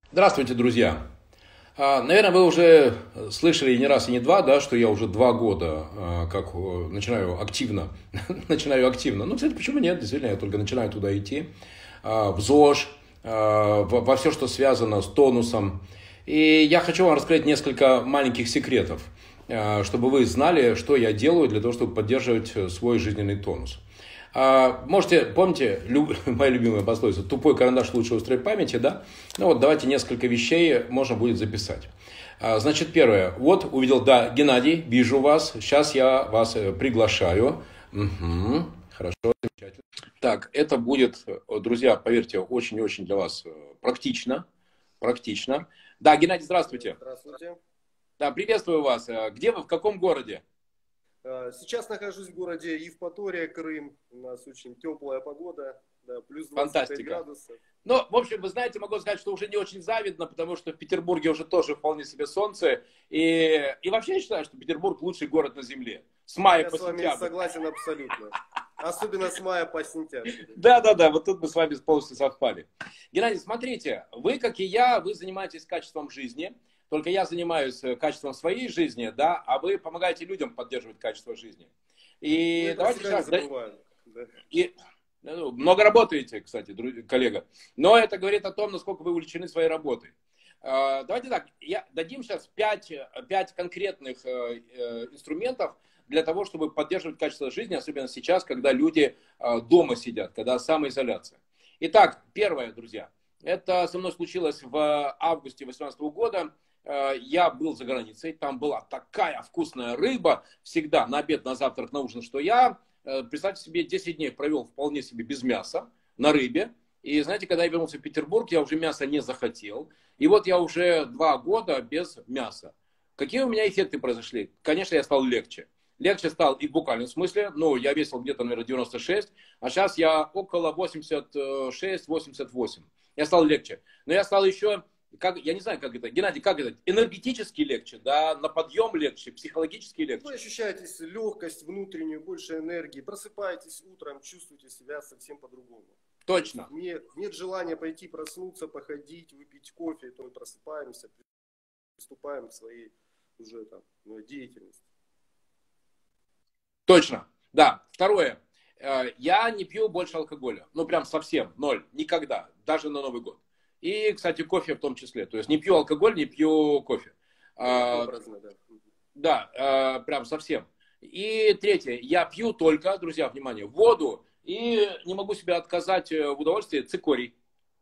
Здравствуйте, друзья! Наверное, вы уже слышали не раз и не два, да, что я уже 2 года как начинаю активно, начинаю активно. Ну, кстати, почему нет? Действительно, я только начинаю туда идти. В ЗОЖ, во все, что связано с тонусом. И я хочу вам рассказать несколько маленьких секретов, чтобы вы знали, что я делаю для того, чтобы поддерживать свой жизненный тонус. Можете, помните, моя любимая пословица, тупой карандаш лучше острой памяти, да? Ну вот давайте несколько вещей можно будет записать. Значит, первое. Вот увидел, да, Геннадий, вижу вас. Сейчас я вас приглашаю. Угу, хорошо, замечательно. Так, это будет, друзья, поверьте, очень-очень для вас практично. Практично. Да, Геннадий, здравствуйте. Здравствуйте. Да, приветствую вас. Где вы, в каком городе? Сейчас нахожусь в городе Евпатория, Крым. У нас очень теплая погода, да, плюс 25 Фантастика. градусов. Ну, в общем, вы знаете, могу сказать, что уже не очень завидно, потому что в Петербурге уже тоже вполне себе солнце. И вообще я считаю, что Петербург лучший город на Земле. С мая Я по с вами сентябрь. согласен абсолютно. Особенно с мая по сентябрь. Да, вот тут мы с вами полностью совпали. Геннадий, смотрите, вы, как и я, вы занимаетесь качеством жизни. Только я занимаюсь качеством своей жизни, да, а вы помогаете людям поддерживать качество жизни. И Мы про давайте себя не сейчас... забываем. Да. И много работаете, кстати, коллега. Но это говорит о том, насколько вы увлечены своей работой. Давайте так, дадим сейчас 5 конкретных инструментов для того, чтобы поддерживать качество жизни, особенно сейчас, когда люди дома сидят, когда самоизоляция. Итак, первое, друзья, это со мной случилось в августе 2018 года. Я был за границей, там была такая вкусная рыба, всегда на обед, на завтрак, на ужин, что я... Представьте себе, 10 дней провел вполне себе без мяса, на рыбе. И знаете, когда я вернулся в Петербург, я уже мяса не захотел. И вот я уже 2 года без мяса. Какие у меня эффекты произошли? Конечно, я стал легче. Легче стал и в буквальном смысле. Ну, я весил где-то, наверное, 96, а сейчас я около 86-88. Я стал легче. Но я стал еще... я не знаю, как это, Геннадий, как это, энергетически легче, да, на подъем легче, психологически легче. Вы ощущаете легкость внутреннюю, больше энергии, просыпаетесь утром, чувствуете себя совсем по-другому. Точно. Нет желания пойти проснуться, походить, выпить кофе, то мы просыпаемся, приступаем к своей уже там деятельности. Точно, да. Второе. Я не пью больше алкоголя. Ну, прям совсем, ноль. Никогда. Даже на Новый год. И, кстати, кофе в том числе. То есть не пью алкоголь, не пью кофе. Образно, да. Да, прям совсем. И третье. Я пью только, друзья, внимание, воду. И не могу себе отказать в удовольствии цикорий.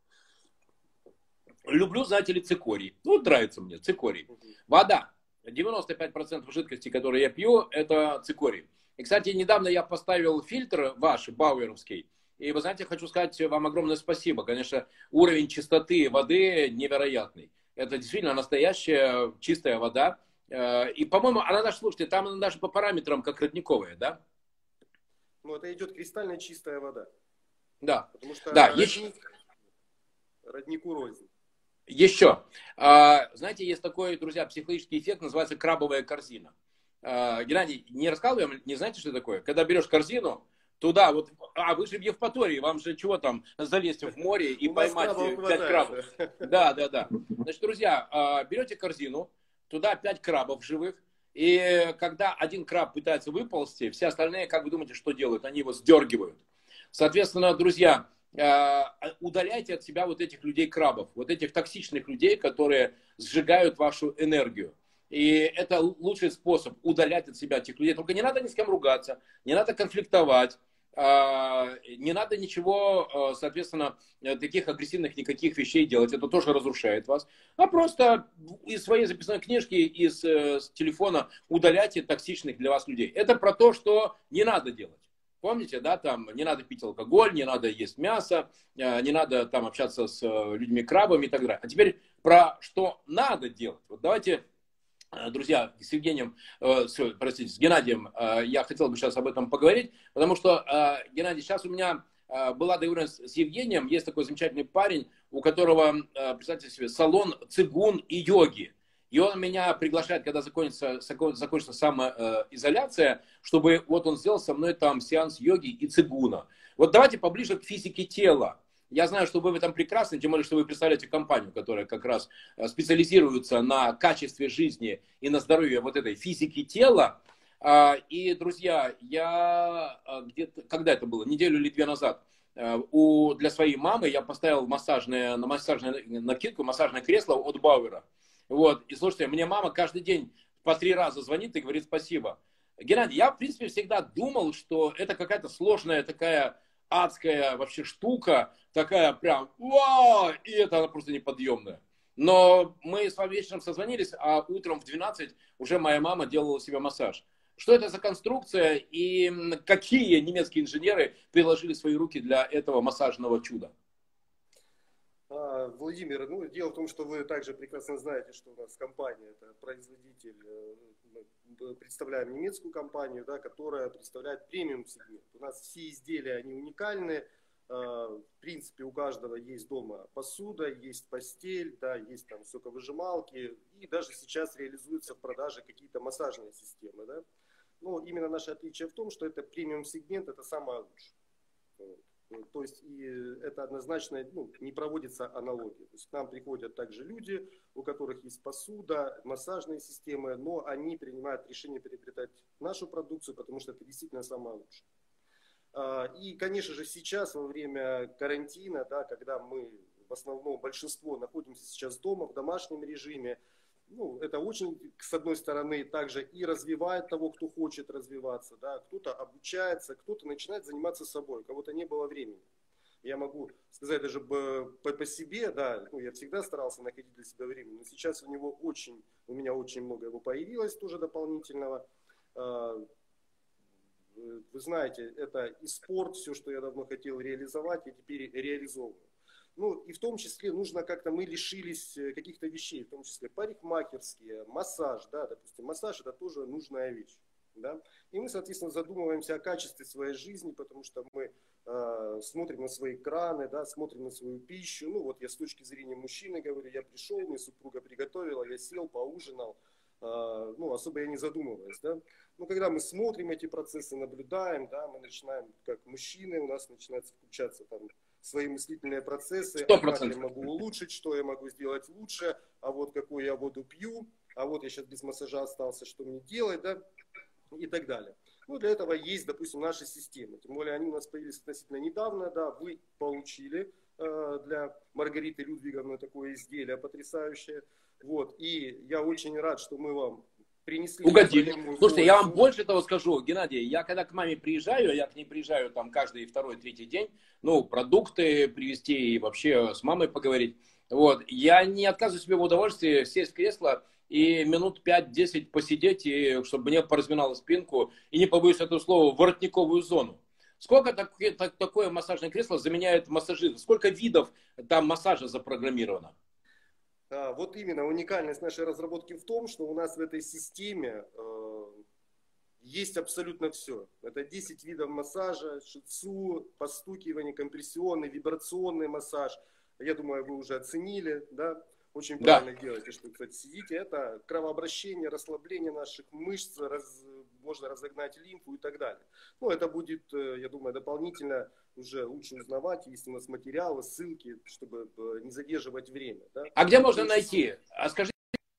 Люблю, знаете ли, цикорий. Ну, нравится мне цикорий. Вода. 95% жидкости, которые я пью, это цикорий. И, кстати, недавно я поставил фильтр ваш, бауэровский. И, вы знаете, хочу сказать вам огромное спасибо. Конечно, уровень чистоты воды невероятный. Это действительно настоящая чистая вода. И, по-моему, она даже, слушайте, там она даже по параметрам, как родниковая, да? Ну, это идет кристально чистая вода. Да. Потому что Да, роднику рознь. Еще. Знаете, есть такой, друзья, психологический эффект, называется крабовая корзина. Геннадий, не рассказывай, не знаете, что это такое? Когда берешь корзину, туда, вот, вы же в Евпатории, вам же чего там, залезть в море и поймать 5 крабов. Да. Значит, друзья, берете корзину, туда 5 крабов живых, и когда один краб пытается выползти, все остальные, как вы думаете, что делают? Они его сдергивают. Соответственно, друзья, удаляйте от себя вот этих людей-крабов, вот этих токсичных людей, которые сжигают вашу энергию. И это лучший способ удалять от себя этих людей. Только не надо ни с кем ругаться, не надо конфликтовать, не надо ничего, соответственно, таких агрессивных никаких вещей делать. Это тоже разрушает вас. А просто из своей записной книжки, из телефона удаляйте токсичных для вас людей. Это про то, что не надо делать. Помните, да, там не надо пить алкоголь, не надо есть мясо, не надо там общаться с людьми-крабами и так далее. А теперь про что надо делать. Вот давайте, друзья, с Евгением, простите, с Геннадием я хотел бы сейчас об этом поговорить, потому что, Геннадий, сейчас у меня была договоренность с Евгением, есть такой замечательный парень, у которого, представьте себе, салон цигун и йоги. И он меня приглашает, когда закончится самоизоляция, чтобы вот он сделал со мной там сеанс йоги и цигуна. Вот давайте поближе к физике тела. Я знаю, что вы в этом прекрасны, тем более, что вы представляете компанию, которая как раз специализируется на качестве жизни и на здоровье вот этой физики тела. И, друзья, я где-то, когда это было, неделю или две назад, для своей мамы я поставил на массажную накидку, массажное кресло от Бауэра. Вот. И слушайте, мне мама каждый день по 3 раза звонит и говорит спасибо. Геннадий, я, в принципе, всегда думал, что это какая-то сложная такая адская вообще штука, такая прям, вау, и это она просто неподъемная. Но мы с вами вечером созвонились, а утром в 12 уже моя мама делала себе массаж. Что это за конструкция и какие немецкие инженеры приложили свои руки для этого массажного чуда? Владимир, ну, дело в том, что вы также прекрасно знаете, что у нас компания, это производитель, мы представляем немецкую компанию, да, которая представляет премиум сегмент. У нас все изделия, они уникальны. В принципе, у каждого есть дома посуда, есть постель, да, есть там соковыжималки. И даже сейчас реализуются в продаже какие-то массажные системы. Да. Но именно наше отличие в том, что это премиум сегмент, это самое лучшее. То есть и это однозначно не проводится аналогия. То есть к нам приходят также люди, у которых есть посуда, массажные системы, но они принимают решение приобретать нашу продукцию, потому что это действительно самое лучшее. И, конечно же, сейчас во время карантина, да, когда мы в основном большинство находимся сейчас дома в домашнем режиме, это очень, с одной стороны, также и развивает того, кто хочет развиваться. Да? Кто-то обучается, кто-то начинает заниматься собой, у кого-то не было времени. Я могу сказать даже по себе, да, я всегда старался находить для себя время, но сейчас у меня очень много его появилось тоже дополнительного. Вы знаете, это и спорт, все, что я давно хотел реализовать, я теперь реализовываю. И в том числе нужно как-то, мы лишились каких-то вещей, в том числе парикмахерские, массаж, да, допустим, массаж это тоже нужная вещь, да, и мы, соответственно, задумываемся о качестве своей жизни, потому что мы смотрим на свои краны, да, смотрим на свою пищу, вот я с точки зрения мужчины говорю, я пришел, мне супруга приготовила, я сел, поужинал, особо я не задумываясь, да, но когда мы смотрим эти процессы, наблюдаем, да, мы начинаем, как мужчины, у нас начинается включаться там свои мыслительные процессы, а как я могу улучшить, что я могу сделать лучше, а вот какую я воду пью, а вот я сейчас без массажа остался, что мне делать, да, и так далее. Для этого есть, допустим, наши системы, тем более они у нас появились относительно недавно, да, вы получили для Маргариты Людвиговны такое изделие потрясающее, и я очень рад, что мы вам принесли. Угодили. Слушайте, я вам больше того скажу, Геннадий, я когда к маме приезжаю, я к ней приезжаю там каждый второй, третий день, продукты привезти и вообще с мамой поговорить. Я не отказываю себе в удовольствии сесть в кресло и минут 5-10 посидеть, и чтобы мне поразминало спинку, и не побоюсь этого слова, воротниковую зону. Сколько такое массажное кресло заменяет массажист? Сколько видов там массажа запрограммировано? Вот именно уникальность нашей разработки в том, что у нас в этой системе есть абсолютно все. Это 10 видов массажа, шицу, постукивание, компрессионный, вибрационный массаж. Я думаю, вы уже оценили, да? Очень правильно делаете, что, кстати, сидите. Это кровообращение, расслабление наших мышц, можно разогнать лимфу и так далее. Это будет, я думаю, дополнительно уже лучше узнавать, если у нас материалы, ссылки, чтобы не задерживать время. Да? А где можно найти? Скажите.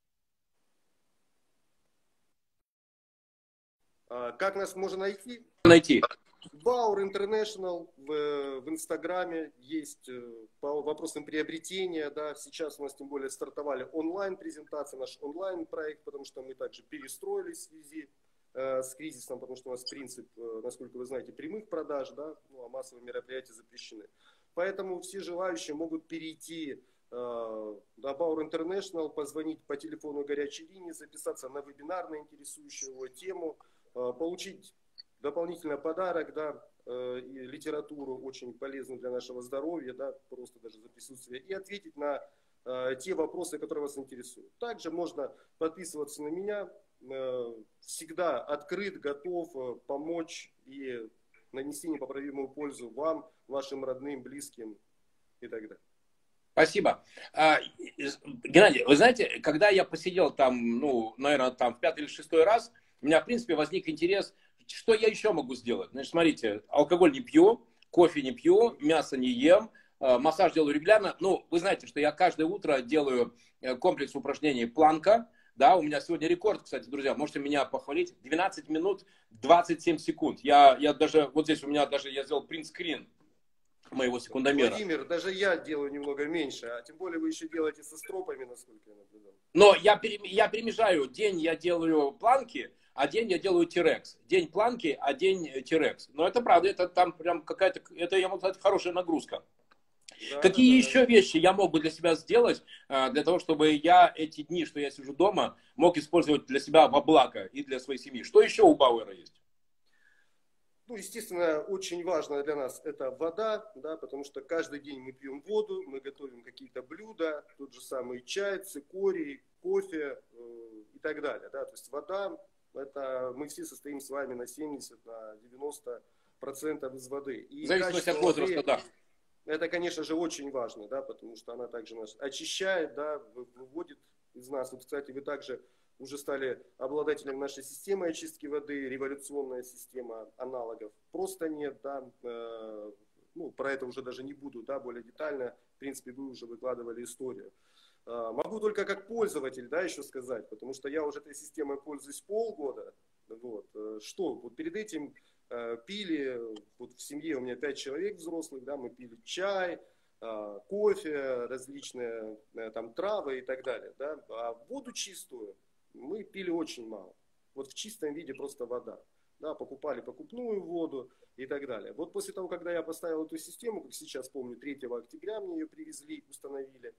Как нас можно найти? Bauer International в Инстаграме есть по вопросам приобретения. Да, сейчас у нас тем более стартовали онлайн-презентации, наш онлайн-проект, потому что мы также перестроились в связи с кризисом, потому что у нас принцип, насколько вы знаете, прямых продаж, да, а массовые мероприятия запрещены. Поэтому все желающие могут перейти на Bauer International, позвонить по телефону горячей линии, записаться на вебинар на интересующую его тему, получить дополнительный подарок, да, и литературу очень полезную для нашего здоровья, да, просто даже за присутствие, и ответить на те вопросы, которые вас интересуют. Также можно подписываться на меня, всегда открыт, готов помочь и нанести непоправимую пользу вам, вашим родным, близким и так далее. Спасибо. Геннадий, вы знаете, когда я посидел там, наверное, там в 5-й или 6-й раз, у меня, в принципе, возник интерес, что я еще могу сделать. Значит, смотрите, алкоголь не пью, кофе не пью, мясо не ем, массаж делаю регулярно. Ну, вы знаете, что я каждое утро делаю комплекс упражнений планка. Да, у меня сегодня рекорд, кстати, друзья, можете меня похвалить. 12 минут 27 секунд. Я даже, вот здесь у меня даже, я сделал принт-скрин моего секундомера. Владимир, даже я делаю немного меньше, а тем более вы еще делаете со стропами, насколько я наблюдал. Но я перемежаю. День я делаю планки, а день я делаю тирекс. День планки, а день тирекс. Но это правда, это там прям какая-то, это, я могу сказать, хорошая нагрузка. Да, какие еще вещи я мог бы для себя сделать, для того, чтобы я эти дни, что я сижу дома, мог использовать для себя во благо и для своей семьи? Что еще у Бауэра есть? Ну, естественно, очень важно для нас это вода, да, потому что каждый день мы пьем воду, мы готовим какие-то блюда, тот же самый чай, цикорий, кофе и так далее. Да. То есть вода, это мы все состоим с вами на 70-90% из воды. И в зависимости от возраста, воды, да. Это, конечно же, очень важно, да, потому что она также нас очищает, да, выводит из нас. Вот, кстати, вы также уже стали обладателем нашей системы очистки воды, революционная система аналогов. Просто нет, да, ну, про это уже даже не буду, да, более детально. В принципе, вы уже выкладывали историю. Могу только как пользователь, да, еще сказать, потому что я уже этой системой пользуюсь полгода. Вот. Что, вот перед этим пили, вот в семье у меня 5 человек взрослых, да, мы пили чай, кофе, различные там травы и так далее, да, а воду чистую мы пили очень мало. Вот в чистом виде просто вода, да, покупали покупную воду и так далее. Вот после того, когда я поставил эту систему, как сейчас помню, 3 октября мне ее привезли, установили,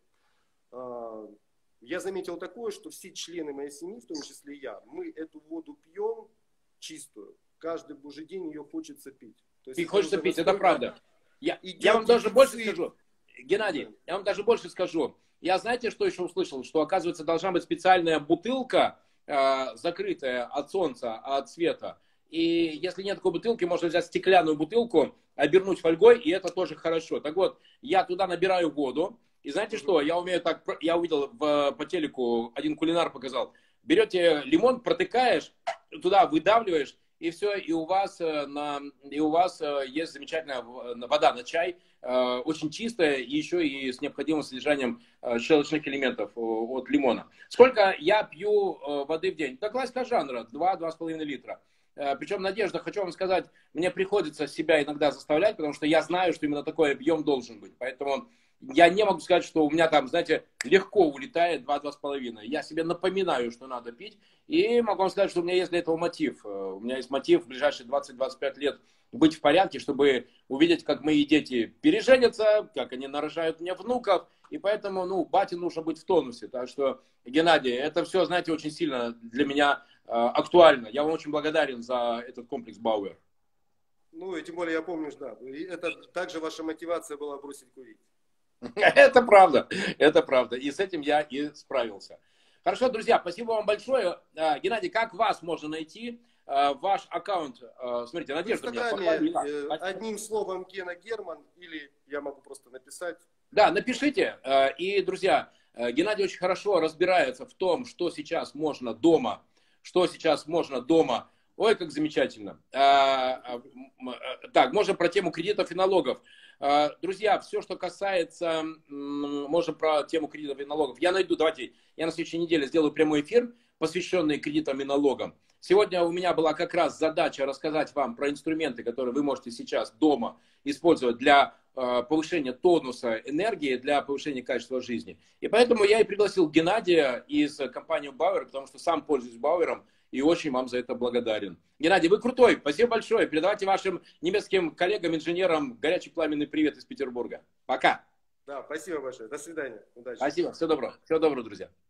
я заметил такое, что все члены моей семьи, в том числе я, мы эту воду пьем чистую. Каждый божий день ее хочется пить. То есть и хочется пить, это правда. Я вам даже больше скажу. Геннадий, я вам даже больше скажу. Я знаете, что еще услышал? Что, оказывается, должна быть специальная бутылка, закрытая от солнца, от света. И если нет такой бутылки, можно взять стеклянную бутылку, обернуть фольгой, и это тоже хорошо. Так вот, я туда набираю воду. И знаете что? Я умею так, я увидел по телеку, один кулинар показал. Берете лимон, протыкаешь, туда выдавливаешь, и все, и у вас есть замечательная вода на чай, очень чистая, и еще и с необходимым содержанием щелочных элементов от лимона. Сколько я пью воды в день? Да, классика жанра, 2-2,5 литра. Причем, Надежда, хочу вам сказать, мне приходится себя иногда заставлять, потому что я знаю, что именно такой объем должен быть. Поэтому я не могу сказать, что у меня там, знаете, легко улетает 2-2,5. Я себе напоминаю, что надо пить. И могу вам сказать, что у меня есть для этого мотив. У меня есть мотив в ближайшие 20-25 лет быть в порядке, чтобы увидеть, как мои дети переженятся, как они нарожают мне внуков. И поэтому, ну, бате нужно быть в тонусе. Так что, Геннадий, это все, знаете, очень сильно для меня актуально. Я вам очень благодарен за этот комплекс Бауэр. Ну, и тем более я помню, да. И это также ваша мотивация была бросить курить. Это правда, это правда. И с этим я и справился. Хорошо, друзья, спасибо вам большое. Геннадий, как вас можно найти? Ваш аккаунт, смотрите, Надежда меня похвалила. Одним словом Гена Герман, или я могу просто написать. Да, напишите. И, друзья, Геннадий очень хорошо разбирается в том, что сейчас можно дома. Ой, как замечательно. Так, можно про тему кредитов и налогов. Друзья, все, что касается, можно про тему кредитов и налогов. Я на следующей неделе сделаю прямой эфир, посвященный кредитам и налогам. Сегодня у меня была как раз задача рассказать вам про инструменты, которые вы можете сейчас дома использовать для повышения тонуса энергии, для повышения качества жизни. И поэтому я и пригласил Геннадия из компании Бауэр, потому что сам пользуюсь Бауэром и очень вам за это благодарен. Геннадий, вы крутой, спасибо большое. Передавайте вашим немецким коллегам, инженерам горячий пламенный привет из Петербурга. Пока. Да, спасибо большое. До свидания. Удачи. Спасибо. Всего доброго. Всего доброго, друзья.